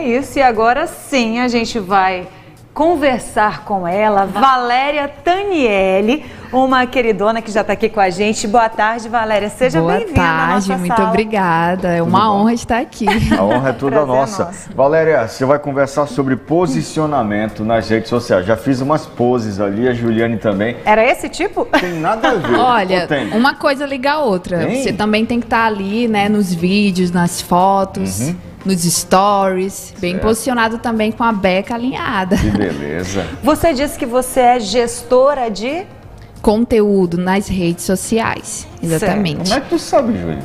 isso, e agora sim a gente vai conversar com ela, Valéria Taniele, uma queridona que já está aqui com a gente. Boa tarde, Valéria. Seja bem-vinda à nossa sala. Muito obrigada. É uma honra estar aqui. A honra é toda nossa. Valéria, você vai conversar sobre posicionamento nas redes sociais. Já fiz umas poses ali, a Juliane também. Era esse tipo? Tem nada a ver. Olha, uma coisa liga a outra. Tem? Você também tem que estar ali, né, nos vídeos, nas fotos, nos stories, bem posicionado também com a beca alinhada. Que beleza. Você disse que você é gestora de conteúdo nas redes sociais. Exatamente. Como é que tu sabe, Júlia?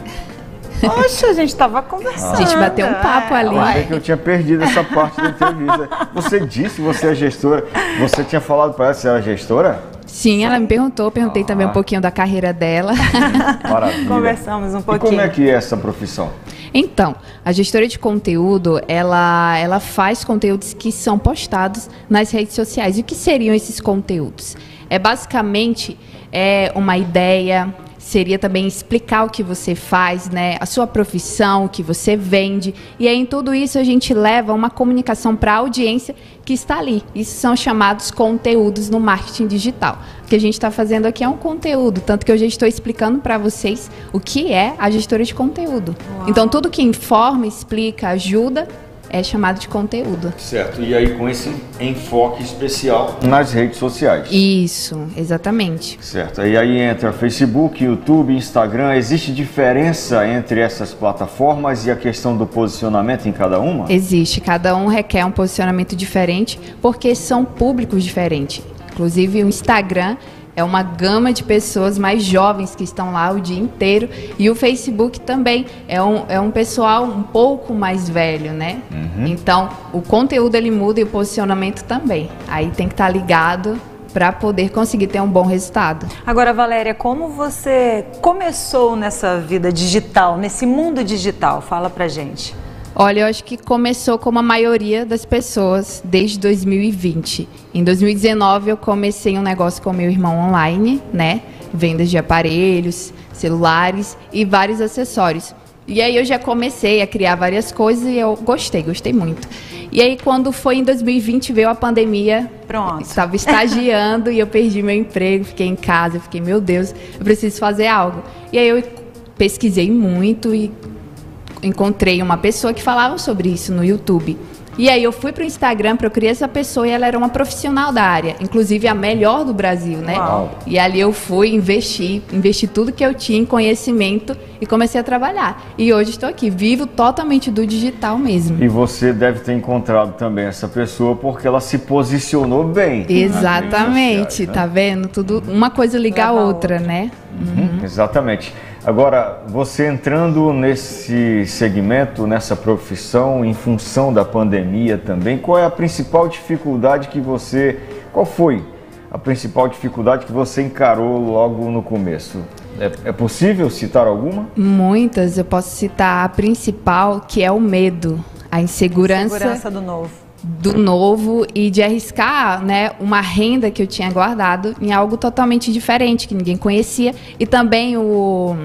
Poxa, a gente estava conversando. A gente bateu um papo ali. Eu achei que eu tinha perdido essa parte da entrevista. Você disse que você é gestora. Você tinha falado para ela que você era gestora? Sim, ela me perguntou, perguntei também um pouquinho da carreira dela. Maravilha. Conversamos um pouquinho. E como é que é essa profissão? Então, a gestora de conteúdo, ela faz conteúdos que são postados nas redes sociais. E o que seriam esses conteúdos? É basicamente uma ideia, seria também explicar o que você faz, né? A sua profissão, o que você vende. E aí, em tudo isso, a gente leva uma comunicação para a audiência que está ali. Isso são chamados conteúdos no marketing digital. O que a gente está fazendo aqui é um conteúdo, tanto que eu já estou explicando para vocês o que é a gestora de conteúdo. Uau. Então, tudo que informa, explica, ajuda, é chamado de conteúdo. Certo, e aí com esse enfoque especial nas redes sociais. Isso, exatamente. Certo, e aí entra Facebook, YouTube, Instagram. Existe diferença entre essas plataformas e a questão do posicionamento em cada uma? Existe, cada um requer um posicionamento diferente, porque são públicos diferentes. Inclusive o Instagram é uma gama de pessoas mais jovens que estão lá o dia inteiro. E o Facebook também é um pessoal um pouco mais velho, né? Então, o conteúdo ele muda e o posicionamento também. Aí tem que estar ligado para poder conseguir ter um bom resultado. Agora, Valéria, como você começou nessa vida digital, nesse mundo digital? Fala pra gente. Olha, eu acho que começou como a maioria das pessoas desde 2020. Em 2019 eu comecei um negócio com meu irmão online, né? Vendas de aparelhos, celulares e vários acessórios. E aí eu já comecei a criar várias coisas e eu gostei muito. E aí quando foi em 2020 veio a pandemia, pronto. Estava estagiando e eu perdi meu emprego, fiquei em casa, fiquei, meu Deus, eu preciso fazer algo. E aí eu pesquisei muito e encontrei uma pessoa que falava sobre isso no YouTube. E aí eu fui para o Instagram, procurei essa pessoa e ela era uma profissional da área, inclusive a melhor do Brasil, né? Uau. E ali eu fui, investi tudo que eu tinha em conhecimento e comecei a trabalhar. E hoje estou aqui, vivo totalmente do digital mesmo. E você deve ter encontrado também essa pessoa porque ela se posicionou bem. Exatamente, sociais, né? Tá vendo? Tudo, uma coisa liga a outra, né? Exatamente. Agora, você entrando nesse segmento, nessa profissão, em função da pandemia também, qual é a principal dificuldade qual foi a principal dificuldade que você encarou logo no começo? É possível citar alguma? Muitas, eu posso citar a principal, que é o medo, a insegurança do novo e de arriscar, né, uma renda que eu tinha guardado em algo totalmente diferente, que ninguém conhecia, e também o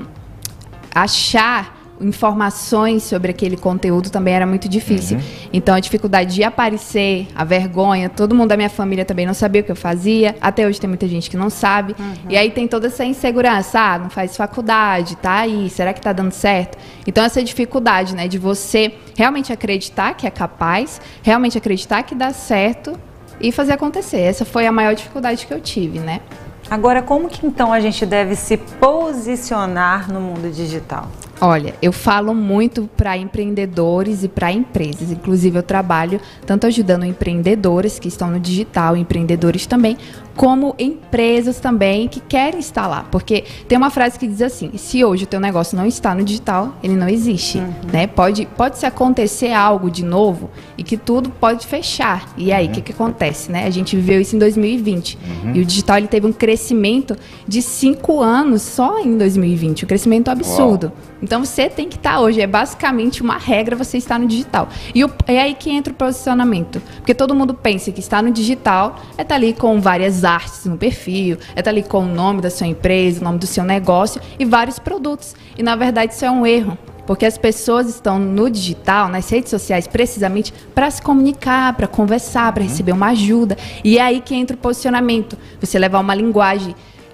achar informações sobre aquele conteúdo também era muito difícil. Então a dificuldade de aparecer, a vergonha, todo mundo da minha família também não sabia o que eu fazia, até hoje tem muita gente que não sabe, e aí tem toda essa insegurança, não faz faculdade, tá aí, será que tá dando certo? Então essa dificuldade, né, de você realmente acreditar que é capaz, realmente acreditar que dá certo e fazer acontecer, essa foi a maior dificuldade que eu tive, né? Agora, como que então a gente deve se posicionar no mundo digital? Olha, eu falo muito para empreendedores e para empresas. Inclusive, eu trabalho tanto ajudando empreendedores que estão no digital, empreendedores também, como empresas também que querem estar lá. Porque tem uma frase que diz assim, se hoje o teu negócio não está no digital, ele não existe. Né? Pode-se acontecer algo de novo e que tudo pode fechar. E aí, o que acontece? Né? A gente viveu isso em 2020. E o digital ele teve um crescimento de 5 anos só em 2020. Um crescimento absurdo. Uau. Então você tem que estar hoje, é basicamente uma regra você estar no digital. E é aí que entra o posicionamento. Porque todo mundo pensa que estar no digital é estar ali com várias artes no perfil, é estar ali com o nome da sua empresa, o nome do seu negócio e vários produtos. E na verdade isso é um erro. Porque as pessoas estão no digital, nas redes sociais, precisamente para se comunicar, para conversar, para receber uma ajuda. E é aí que entra o posicionamento. Você levar uma linguagem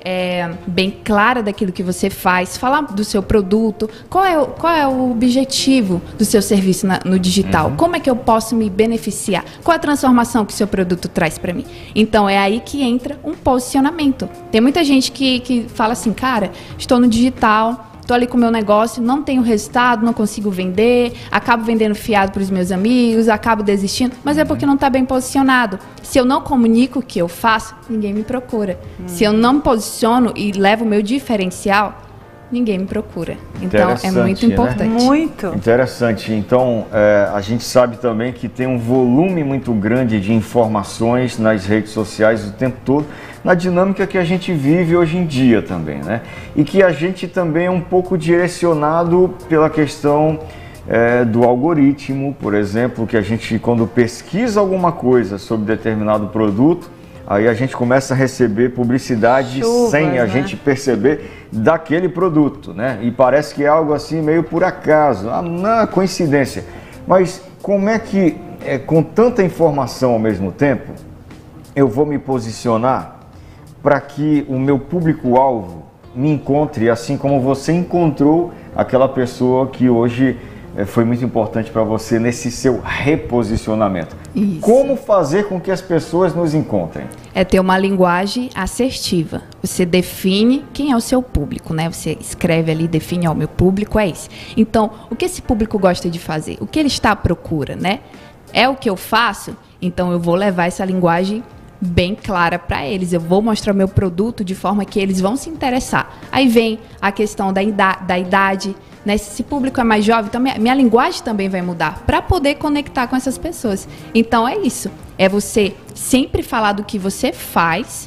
bem clara daquilo que você faz, falar do seu produto, qual é o objetivo do seu serviço no digital, como é que eu posso me beneficiar, qual é a transformação que o seu produto traz para mim. Então é aí que entra um posicionamento. Tem muita gente que fala assim, cara, estou no digital, estou ali com o meu negócio, não tenho resultado, não consigo vender, acabo vendendo fiado para os meus amigos, acabo desistindo, mas é porque não está bem posicionado. Se eu não comunico o que eu faço, ninguém me procura. Se eu não me posiciono e levo o meu diferencial, ninguém me procura. Então é muito importante. Né? Muito. Interessante. Então a gente sabe também que tem um volume muito grande de informações nas redes sociais o tempo todo, na dinâmica que a gente vive hoje em dia também, né? E que a gente também é um pouco direcionado pela questão do algoritmo, por exemplo, que a gente, quando pesquisa alguma coisa sobre determinado produto, aí a gente começa a receber publicidade sem a gente perceber daquele produto, né? E parece que é algo assim meio por acaso, uma coincidência. Mas como é que, com tanta informação ao mesmo tempo, eu vou me posicionar para que o meu público-alvo me encontre, assim como você encontrou aquela pessoa que hoje foi muito importante para você nesse seu reposicionamento? Isso. Como fazer com que as pessoas nos encontrem? É ter uma linguagem assertiva. Você define quem é o seu público, né? Você escreve ali, define, o meu público é esse. Então, o que esse público gosta de fazer? O que ele está à procura, né? É o que eu faço? Então, eu vou levar essa linguagem bem clara para eles. Eu vou mostrar meu produto de forma que eles vão se interessar. Aí vem a questão da idade, né? Se esse público é mais jovem, então minha linguagem também vai mudar para poder conectar com essas pessoas. Então é isso. É você sempre falar do que você faz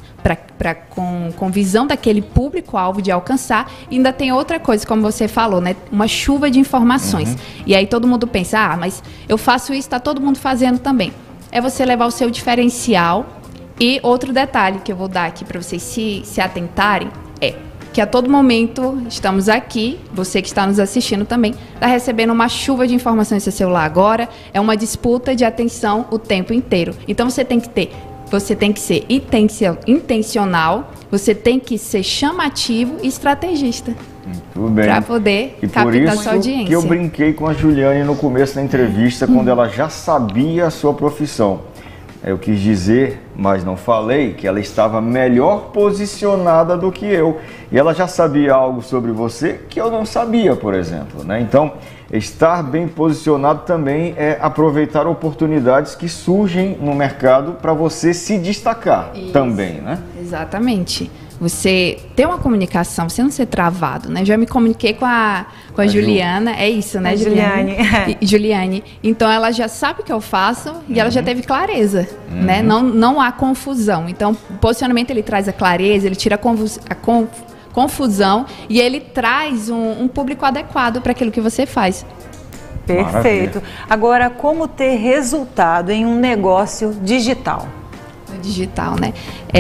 com visão daquele público-alvo de alcançar. E ainda tem outra coisa, como você falou, né? Uma chuva de informações. E aí todo mundo pensa, mas eu faço isso, está todo mundo fazendo também. É você levar o seu diferencial. E outro detalhe que eu vou dar aqui para vocês se atentarem é que a todo momento estamos aqui, você que está nos assistindo também, está recebendo uma chuva de informações no seu celular agora, é uma disputa de atenção o tempo inteiro. Então você tem que ser intencional, você tem que ser chamativo e estrategista. Tudo bem. Para poder captar sua audiência. Por isso que eu brinquei com a Juliane no começo da entrevista, quando ela já sabia a sua profissão. Eu quis dizer, mas não falei, que ela estava melhor posicionada do que eu. E ela já sabia algo sobre você que eu não sabia, por exemplo, né? Então, estar bem posicionado também é aproveitar oportunidades que surgem no mercado para você se destacar. Isso. Também, né? Exatamente. Você ter uma comunicação, você não ser travado, né? Já me comuniquei com a Juliana, é isso, né, Juliane? Então, ela já sabe o que eu faço e ela já teve clareza, né? Não há confusão. Então, o posicionamento, ele traz a clareza, ele tira a confusão e ele traz um público adequado para aquilo que você faz. Perfeito. Maravilha. Agora, como ter resultado em um negócio digital? No digital, né?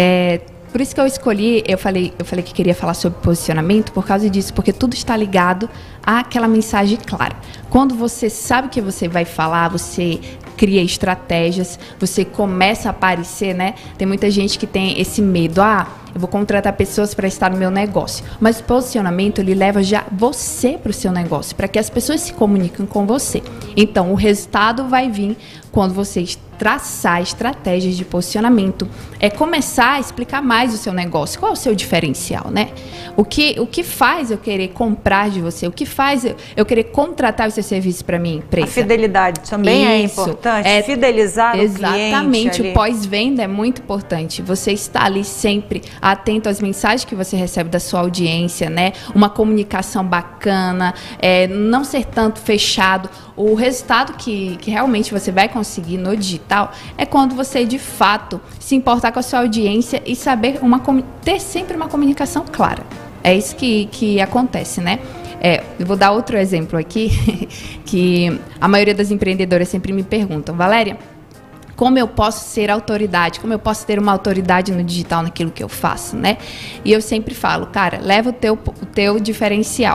Por isso que eu escolhi, eu falei que queria falar sobre posicionamento por causa disso, porque tudo está ligado àquela mensagem clara. Quando você sabe o que você vai falar, você cria estratégias, você começa a aparecer, né? Tem muita gente que tem esse medo, eu vou contratar pessoas para estar no meu negócio. Mas o posicionamento, ele leva já você para o seu negócio, para que as pessoas se comuniquem com você. Então, o resultado vai vir quando você traçar estratégias de posicionamento, começar a explicar mais o seu negócio, qual é o seu diferencial, né? O que faz eu querer comprar de você, o que faz eu querer contratar o seu serviço para minha empresa. A fidelidade também é importante, fidelizar o cliente. Exatamente, o pós-venda é muito importante, você está ali sempre atento às mensagens que você recebe da sua audiência, né? Uma comunicação bacana, não ser tanto fechado. O resultado que realmente você vai conseguir no digital é quando você, de fato, se importar com a sua audiência e saber ter sempre uma comunicação clara. É isso que acontece, né? Eu vou dar outro exemplo aqui, que a maioria das empreendedoras sempre me perguntam, Valéria, como eu posso ser autoridade, como eu posso ter uma autoridade no digital naquilo que eu faço, né? E eu sempre falo, cara, leva o teu diferencial.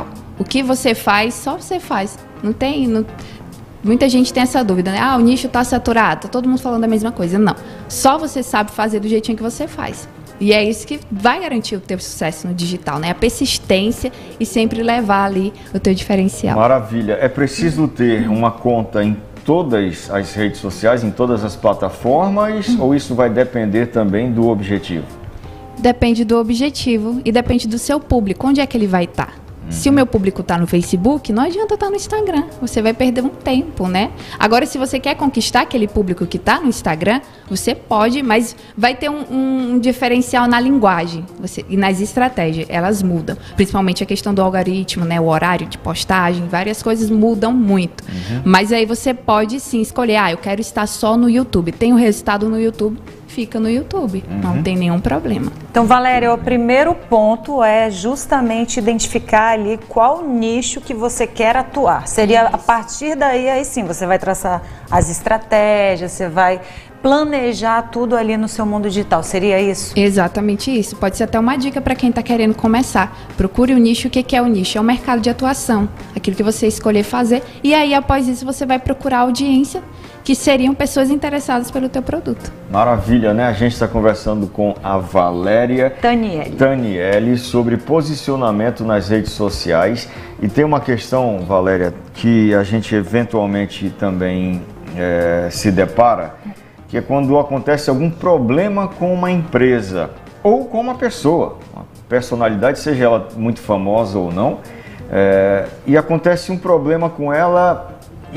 O que você faz, só você faz. Não tem... Muita gente tem essa dúvida, né? O nicho está saturado, tá todo mundo falando a mesma coisa. Não, só você sabe fazer do jeitinho que você faz. E é isso que vai garantir o teu sucesso no digital, né? A persistência e sempre levar ali o teu diferencial. Maravilha. É preciso ter uma conta em todas as redes sociais, em todas as plataformas, ou isso vai depender também do objetivo? Depende do objetivo e depende do seu público. Onde é que ele vai estar? Se o meu público está no Facebook, não adianta estar no Instagram. Você vai perder um tempo, né? Agora, se você quer conquistar aquele público que está no Instagram, você pode, mas vai ter um diferencial na linguagem e nas estratégias. Elas mudam. Principalmente a questão do algoritmo, né? O horário de postagem, várias coisas mudam muito. Mas aí você pode sim escolher, eu quero estar só no YouTube. Tem o resultado no YouTube, fica no YouTube, não tem nenhum problema. Então, Valéria, o primeiro ponto é justamente identificar ali qual nicho que você quer atuar. Seria a partir daí, aí sim, você vai traçar as estratégias, você vai planejar tudo ali no seu mundo digital. Seria isso? Exatamente isso. Pode ser até uma dica para quem está querendo começar. Procure o nicho. O que é o nicho? É o mercado de atuação. Aquilo que você escolher fazer. E aí, após isso, você vai procurar audiência, que seriam pessoas interessadas pelo teu produto. Maravilha, né? A gente está conversando com a Valéria Taniele sobre posicionamento nas redes sociais. E tem uma questão, Valéria, que a gente eventualmente também se depara, que é quando acontece algum problema com uma empresa ou com uma pessoa, uma personalidade, seja ela muito famosa ou não, e acontece um problema com ela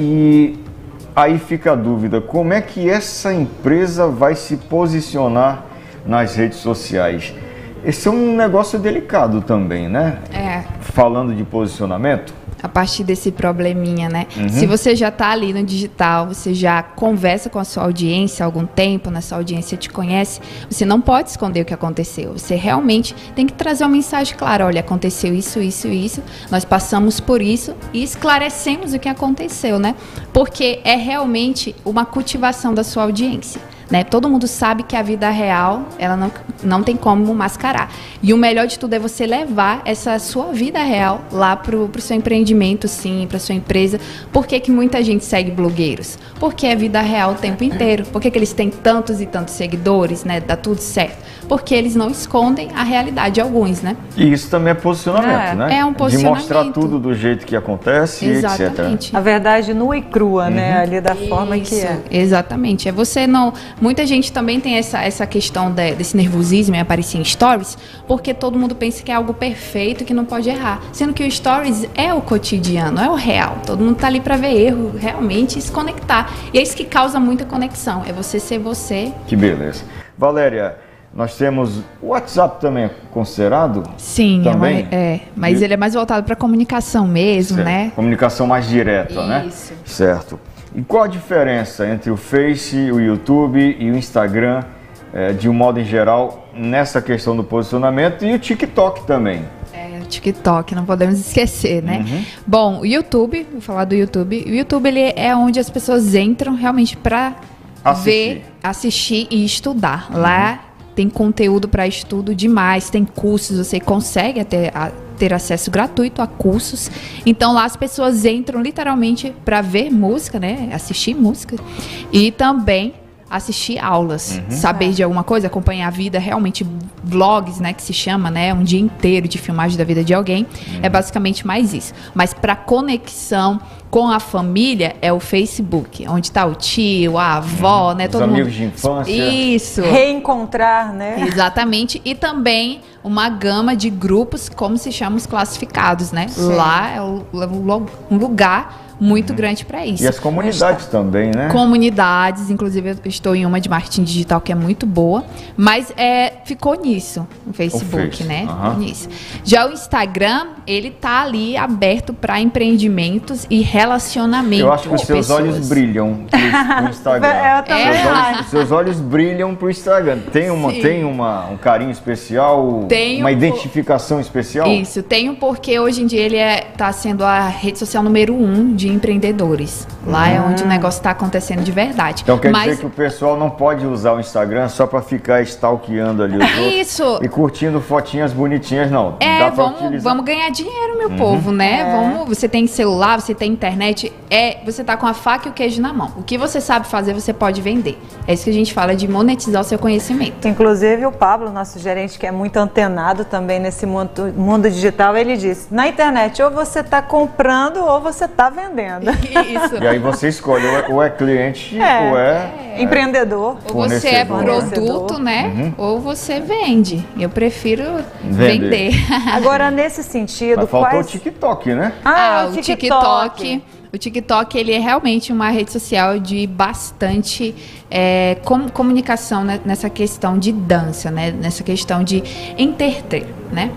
e aí fica a dúvida, como é que essa empresa vai se posicionar nas redes sociais? Esse é um negócio delicado também, né? Falando de posicionamento. A partir desse probleminha, né? Se você já está ali no digital, você já conversa com a sua audiência há algum tempo, sua audiência te conhece, você não pode esconder o que aconteceu. Você realmente tem que trazer uma mensagem clara. Olha, aconteceu isso, isso, isso, nós passamos por isso e esclarecemos o que aconteceu, né? Porque é realmente uma cultivação da sua audiência. Né? Todo mundo sabe que a vida real, ela não tem como mascarar. E o melhor de tudo é você levar essa sua vida real lá pro seu empreendimento, sim, pra sua empresa. Por que muita gente segue blogueiros? Porque é vida real o tempo inteiro. Por que eles têm tantos e tantos seguidores, né? Dá tudo certo. Porque eles não escondem a realidade de alguns, né? E isso também é posicionamento, né? É um posicionamento. De mostrar tudo do jeito que acontece, exatamente. etc. A verdade nua e crua, né? Ali da forma que é. Exatamente. Você não... Muita gente também tem essa questão desse nervosismo em aparecer em stories, porque todo mundo pensa que é algo perfeito, que não pode errar. Sendo que o stories é o cotidiano, é o real. Todo mundo tá ali para ver erro, realmente, e se conectar. E é isso que causa muita conexão, é você ser você. Que beleza. Valéria, nós temos o WhatsApp também, é considerado? Sim, também? Mas ele é mais voltado para comunicação mesmo, certo. Né? Comunicação mais direta, né? Isso. Certo. E qual a diferença entre o Face, o YouTube e o Instagram, de um modo em geral, nessa questão do posicionamento, e o TikTok também? O TikTok, não podemos esquecer, né? Bom, o YouTube, vou falar do YouTube. O YouTube, ele é onde as pessoas entram realmente para ver, assistir e estudar. Lá tem conteúdo para estudo demais, tem cursos, você consegue até ter acesso gratuito a cursos. Então lá as pessoas entram literalmente para ver música, né? Assistir música e também assistir aulas, saber de alguma coisa, acompanhar a vida, realmente vlogs, né, que se chama, né, um dia inteiro de filmagem da vida de alguém, é basicamente mais isso. Mas para conexão com a família é o Facebook, onde está o tio, a avó, né, todo mundo. Os amigos de infância. Isso. Reencontrar, né? Exatamente. E também uma gama de grupos, como se chamam os classificados, né? Sim. Lá é um lugar muito grande para isso. E as comunidades também, né? Comunidades, inclusive eu estou em uma de marketing digital que é muito boa, mas ficou nisso, no Facebook, né? Nisso. Já o Instagram, ele tá ali aberto para empreendimentos e relacionamentos. Eu acho que os seus olhos brilham pro Instagram. Seus olhos brilham pro Instagram. Tem um carinho especial, uma identificação especial? Isso, tenho porque hoje em dia ele tá sendo a rede social número 1 de de empreendedores. Lá é onde o negócio está acontecendo de verdade. Então quer dizer que o pessoal não pode usar o Instagram só para ficar stalkeando ali os outros isso. E curtindo fotinhas bonitinhas, não. Dá pra utilizar. Vamos ganhar dinheiro, meu povo, né? Você tem celular, você tem internet, você tá com a faca e o queijo na mão. O que você sabe fazer, você pode vender. É isso que a gente fala de monetizar o seu conhecimento. Inclusive o Pablo, nosso gerente, que é muito antenado também nesse mundo digital, ele disse, na internet ou você está comprando ou você está vendendo. Isso. E aí você escolhe, ou é cliente ou é empreendedor. Ou você é produto, né? Ou você vende. Eu prefiro vender. Agora, nesse sentido... Mas faltou o TikTok, né? O TikTok. O TikTok, ele é realmente uma rede social de bastante comunicação, né? Nessa questão de dança, né? Nessa questão de entreter, né?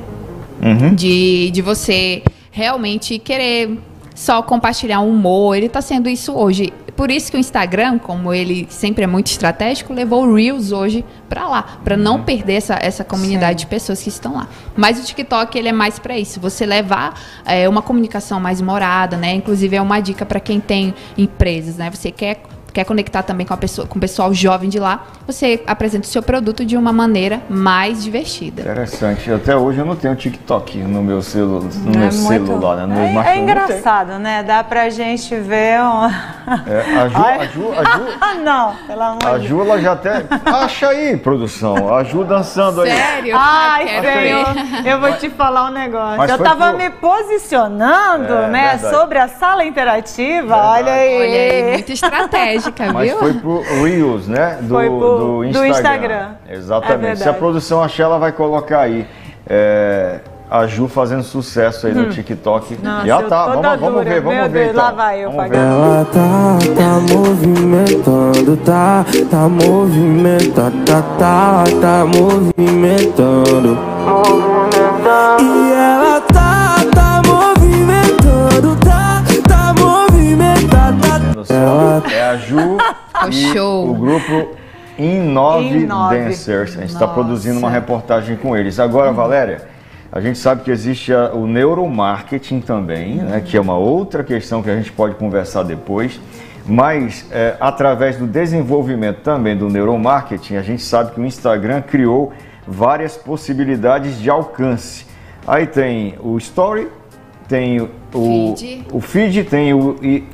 De você realmente querer só compartilhar um humor. Ele está sendo isso hoje. Por isso que o Instagram, como ele sempre é muito estratégico, levou o Reels hoje para lá, para não perder essa comunidade de pessoas que estão lá. Mas o TikTok, ele é mais para isso, você levar uma comunicação mais humorada, né? Inclusive é uma dica para quem tem empresas, né? Você quer conectar também com o pessoal jovem de lá, você apresenta o seu produto de uma maneira mais divertida. Interessante. Até hoje eu não tenho TikTok no meu celular, né? É engraçado, né? Dá pra gente ver a Ju... não, pelo amor de Deus. A Ju, ela já até... Acha aí, produção. A Ju dançando aí. Sério? Ai, Senhor, eu vou te falar um negócio. Mas eu tava me posicionando, né? Verdade. Sobre a sala interativa. Verdade. Olha aí. Muita estratégia. Mas viu? foi pro Reels, né? Do Instagram. Exatamente. Se a produção achar, ela vai colocar aí. A Ju fazendo sucesso aí no TikTok. Nossa, Já tá, vamos ver então. Lá vai eu pagando. Ela tá movimentando, tá movimentando, tá movimentando. E ela tá movimentando, tá movimentando. É a Ju e o grupo In9 Dancers. A gente está produzindo uma reportagem com eles. Agora, Valéria, a gente sabe que existe o neuromarketing também, né, que é uma outra questão que a gente pode conversar depois. Mas, através do desenvolvimento também do neuromarketing, a gente sabe que o Instagram criou várias possibilidades de alcance. Aí tem o Story, tem o Feed, tem o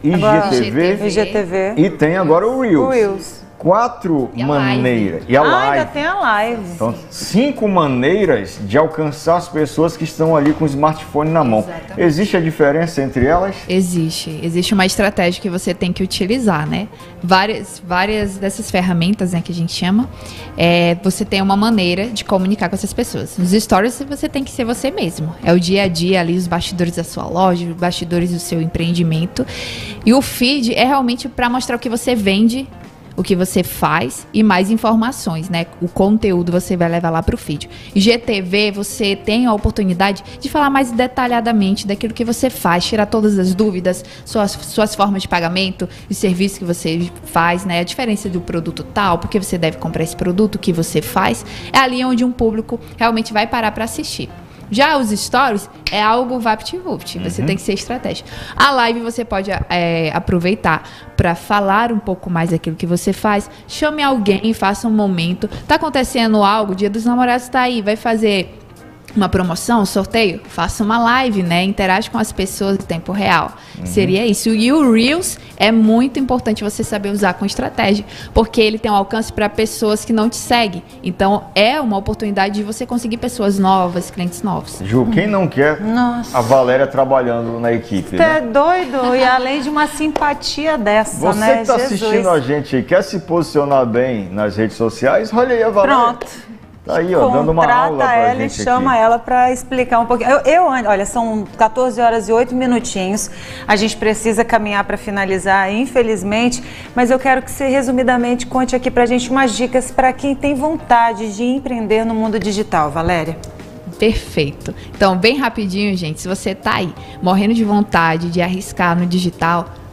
IGTV e tem agora o Reels. 4 maneiras. E a live. Ainda tem a live. Então, 5 maneiras de alcançar as pessoas que estão ali com o smartphone na mão. Exatamente. Existe a diferença entre elas? Existe uma estratégia que você tem que utilizar, né? Várias dessas ferramentas, né, que a gente chama, você tem uma maneira de comunicar com essas pessoas. Nos stories você tem que ser você mesmo. É o dia a dia ali, os bastidores da sua loja, os bastidores do seu empreendimento. E o feed é realmente para mostrar o que você vende, o que você faz e mais informações, né? O conteúdo você vai levar lá para o feed. IGTV, você tem a oportunidade de falar mais detalhadamente daquilo que você faz, tirar todas as dúvidas, suas formas de pagamento, os serviços que você faz, né? A diferença do produto tal, porque você deve comprar esse produto, o que você faz. É ali onde um público realmente vai parar para assistir. Já os stories é algo vapt-vupt, você tem que ser estratégico. A live você pode aproveitar para falar um pouco mais daquilo que você faz. Chame alguém, faça um momento. Tá acontecendo algo, Dia dos Namorados tá aí, vai fazer uma promoção, um sorteio? Faça uma live, né? Interage com as pessoas em tempo real. Seria isso. E o Reels é muito importante você saber usar com estratégia, porque ele tem um alcance para pessoas que não te seguem. Então, é uma oportunidade de você conseguir pessoas novas, clientes novos. Ju, quem não quer a Valéria trabalhando na equipe? Você é doido? E além de uma simpatia dessa, você né? Você que está assistindo a gente e quer se posicionar bem nas redes sociais, olha aí a Valéria. Pronto. Tá aí, ó, dando uma aula pra ela gente e chama aqui. ela para explicar um pouquinho. Olha, são 14 horas e 8 minutinhos. A gente precisa caminhar para finalizar, infelizmente. Mas eu quero que você, resumidamente, conte aqui pra gente umas dicas para quem tem vontade de empreender no mundo digital, Valéria. Perfeito. Então, bem rapidinho, gente, se você tá aí morrendo de vontade de arriscar no digital,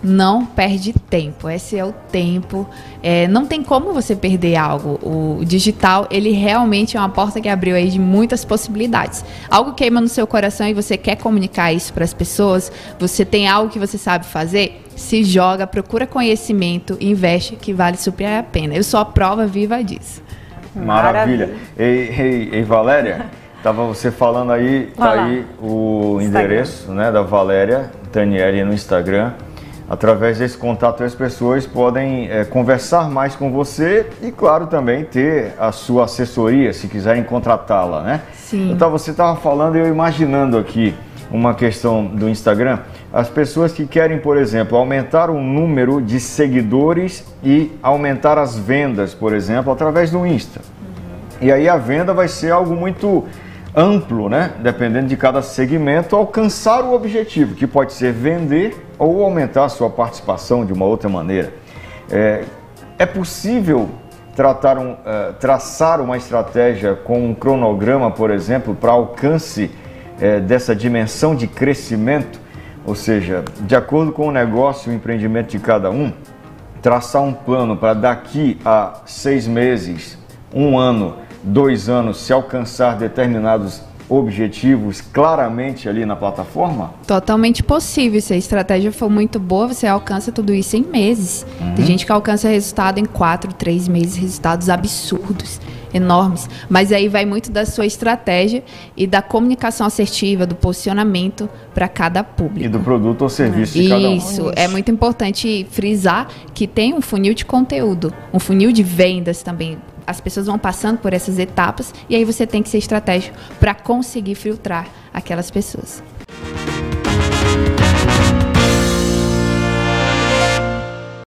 não perde tempo. Esse é o tempo. Não tem como você perder algo. O digital, ele realmente é uma porta que abriu aí de muitas possibilidades. Algo queima no seu coração e você quer comunicar isso para as pessoas, você tem algo que você sabe fazer, se joga, procura conhecimento, investe, que vale super a pena. Eu sou a prova viva disso. Maravilha. Ei, Valéria, estava você falando aí, tá aí o endereço, né, da Valéria Daniele no Instagram. Através desse contato, as pessoas podem conversar mais com você e, claro, também ter a sua assessoria, se quiserem contratá-la, né? Sim. Então, você estava falando, eu imaginando aqui uma questão do Instagram, as pessoas que querem, por exemplo, aumentar o número de seguidores e aumentar as vendas, por exemplo, através do Insta. E aí a venda vai ser algo muito amplo, né? Dependendo de cada segmento, alcançar o objetivo, que pode ser vender ou aumentar a sua participação de uma outra maneira. É possível traçar uma estratégia com um cronograma, por exemplo, para alcance dessa dimensão de crescimento, ou seja, de acordo com o negócio e o empreendimento de cada um, traçar um plano para daqui a 6 meses, 1 ano, 2 anos, se alcançar determinados objetivos claramente ali na plataforma? Totalmente possível. Se a estratégia for muito boa, você alcança tudo isso em meses. Tem gente que alcança resultado em 4, 3 meses, resultados absurdos, enormes. Mas aí vai muito da sua estratégia e da comunicação assertiva, do posicionamento para cada público. E do produto ou serviço de cada um. Isso, é muito importante frisar que tem um funil de conteúdo, um funil de vendas também. As pessoas vão passando por essas etapas e aí você tem que ser estratégico para conseguir filtrar aquelas pessoas.